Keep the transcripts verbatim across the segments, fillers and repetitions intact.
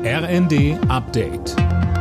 R N D Update.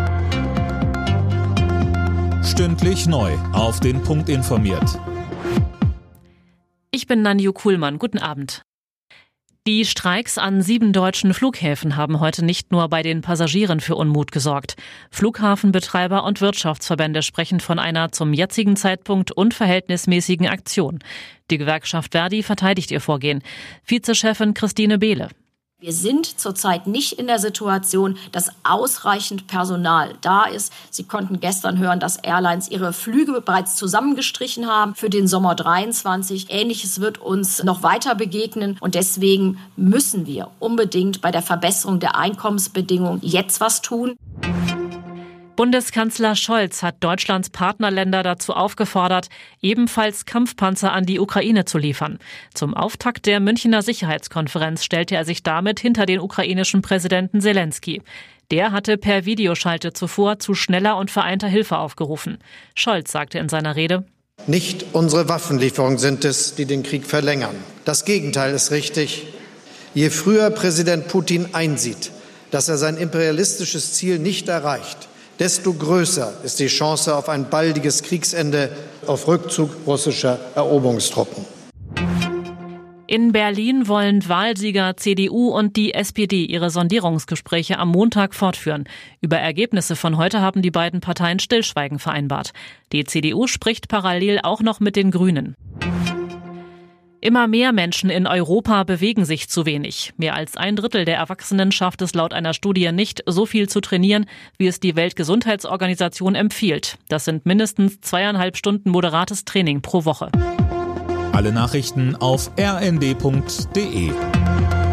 Stündlich neu auf den Punkt informiert. Ich bin Nanju Kuhlmann. Guten Abend. Die Streiks an sieben deutschen Flughäfen haben heute nicht nur bei den Passagieren für Unmut gesorgt. Flughafenbetreiber und Wirtschaftsverbände sprechen von einer zum jetzigen Zeitpunkt unverhältnismäßigen Aktion. Die Gewerkschaft Verdi verteidigt ihr Vorgehen. Vizechefin Christine Behle. Wir sind zurzeit nicht in der Situation, dass ausreichend Personal da ist. Sie konnten gestern hören, dass Airlines ihre Flüge bereits zusammengestrichen haben für den Sommer dreiundzwanzig. Ähnliches wird uns noch weiter begegnen. Und deswegen müssen wir unbedingt bei der Verbesserung der Einkommensbedingungen jetzt was tun. Bundeskanzler Scholz hat Deutschlands Partnerländer dazu aufgefordert, ebenfalls Kampfpanzer an die Ukraine zu liefern. Zum Auftakt der Münchner Sicherheitskonferenz stellte er sich damit hinter den ukrainischen Präsidenten Selenskyj. Der hatte per Videoschalte zuvor zu schneller und vereinter Hilfe aufgerufen. Scholz sagte in seiner Rede: Nicht unsere Waffenlieferungen sind es, die den Krieg verlängern. Das Gegenteil ist richtig. Je früher Präsident Putin einsieht, dass er sein imperialistisches Ziel nicht erreicht, desto größer ist die Chance auf ein baldiges Kriegsende, auf Rückzug russischer Eroberungstruppen. In Berlin wollen Wahlsieger C D U und die S P D ihre Sondierungsgespräche am Montag fortführen. Über Ergebnisse von heute haben die beiden Parteien Stillschweigen vereinbart. Die C D U spricht parallel auch noch mit den Grünen. Immer mehr Menschen in Europa bewegen sich zu wenig. Mehr als ein Drittel der Erwachsenen schafft es laut einer Studie nicht, so viel zu trainieren, wie es die Weltgesundheitsorganisation empfiehlt. Das sind mindestens zweieinhalb Stunden moderates Training pro Woche. Alle Nachrichten auf r n d punkt d e.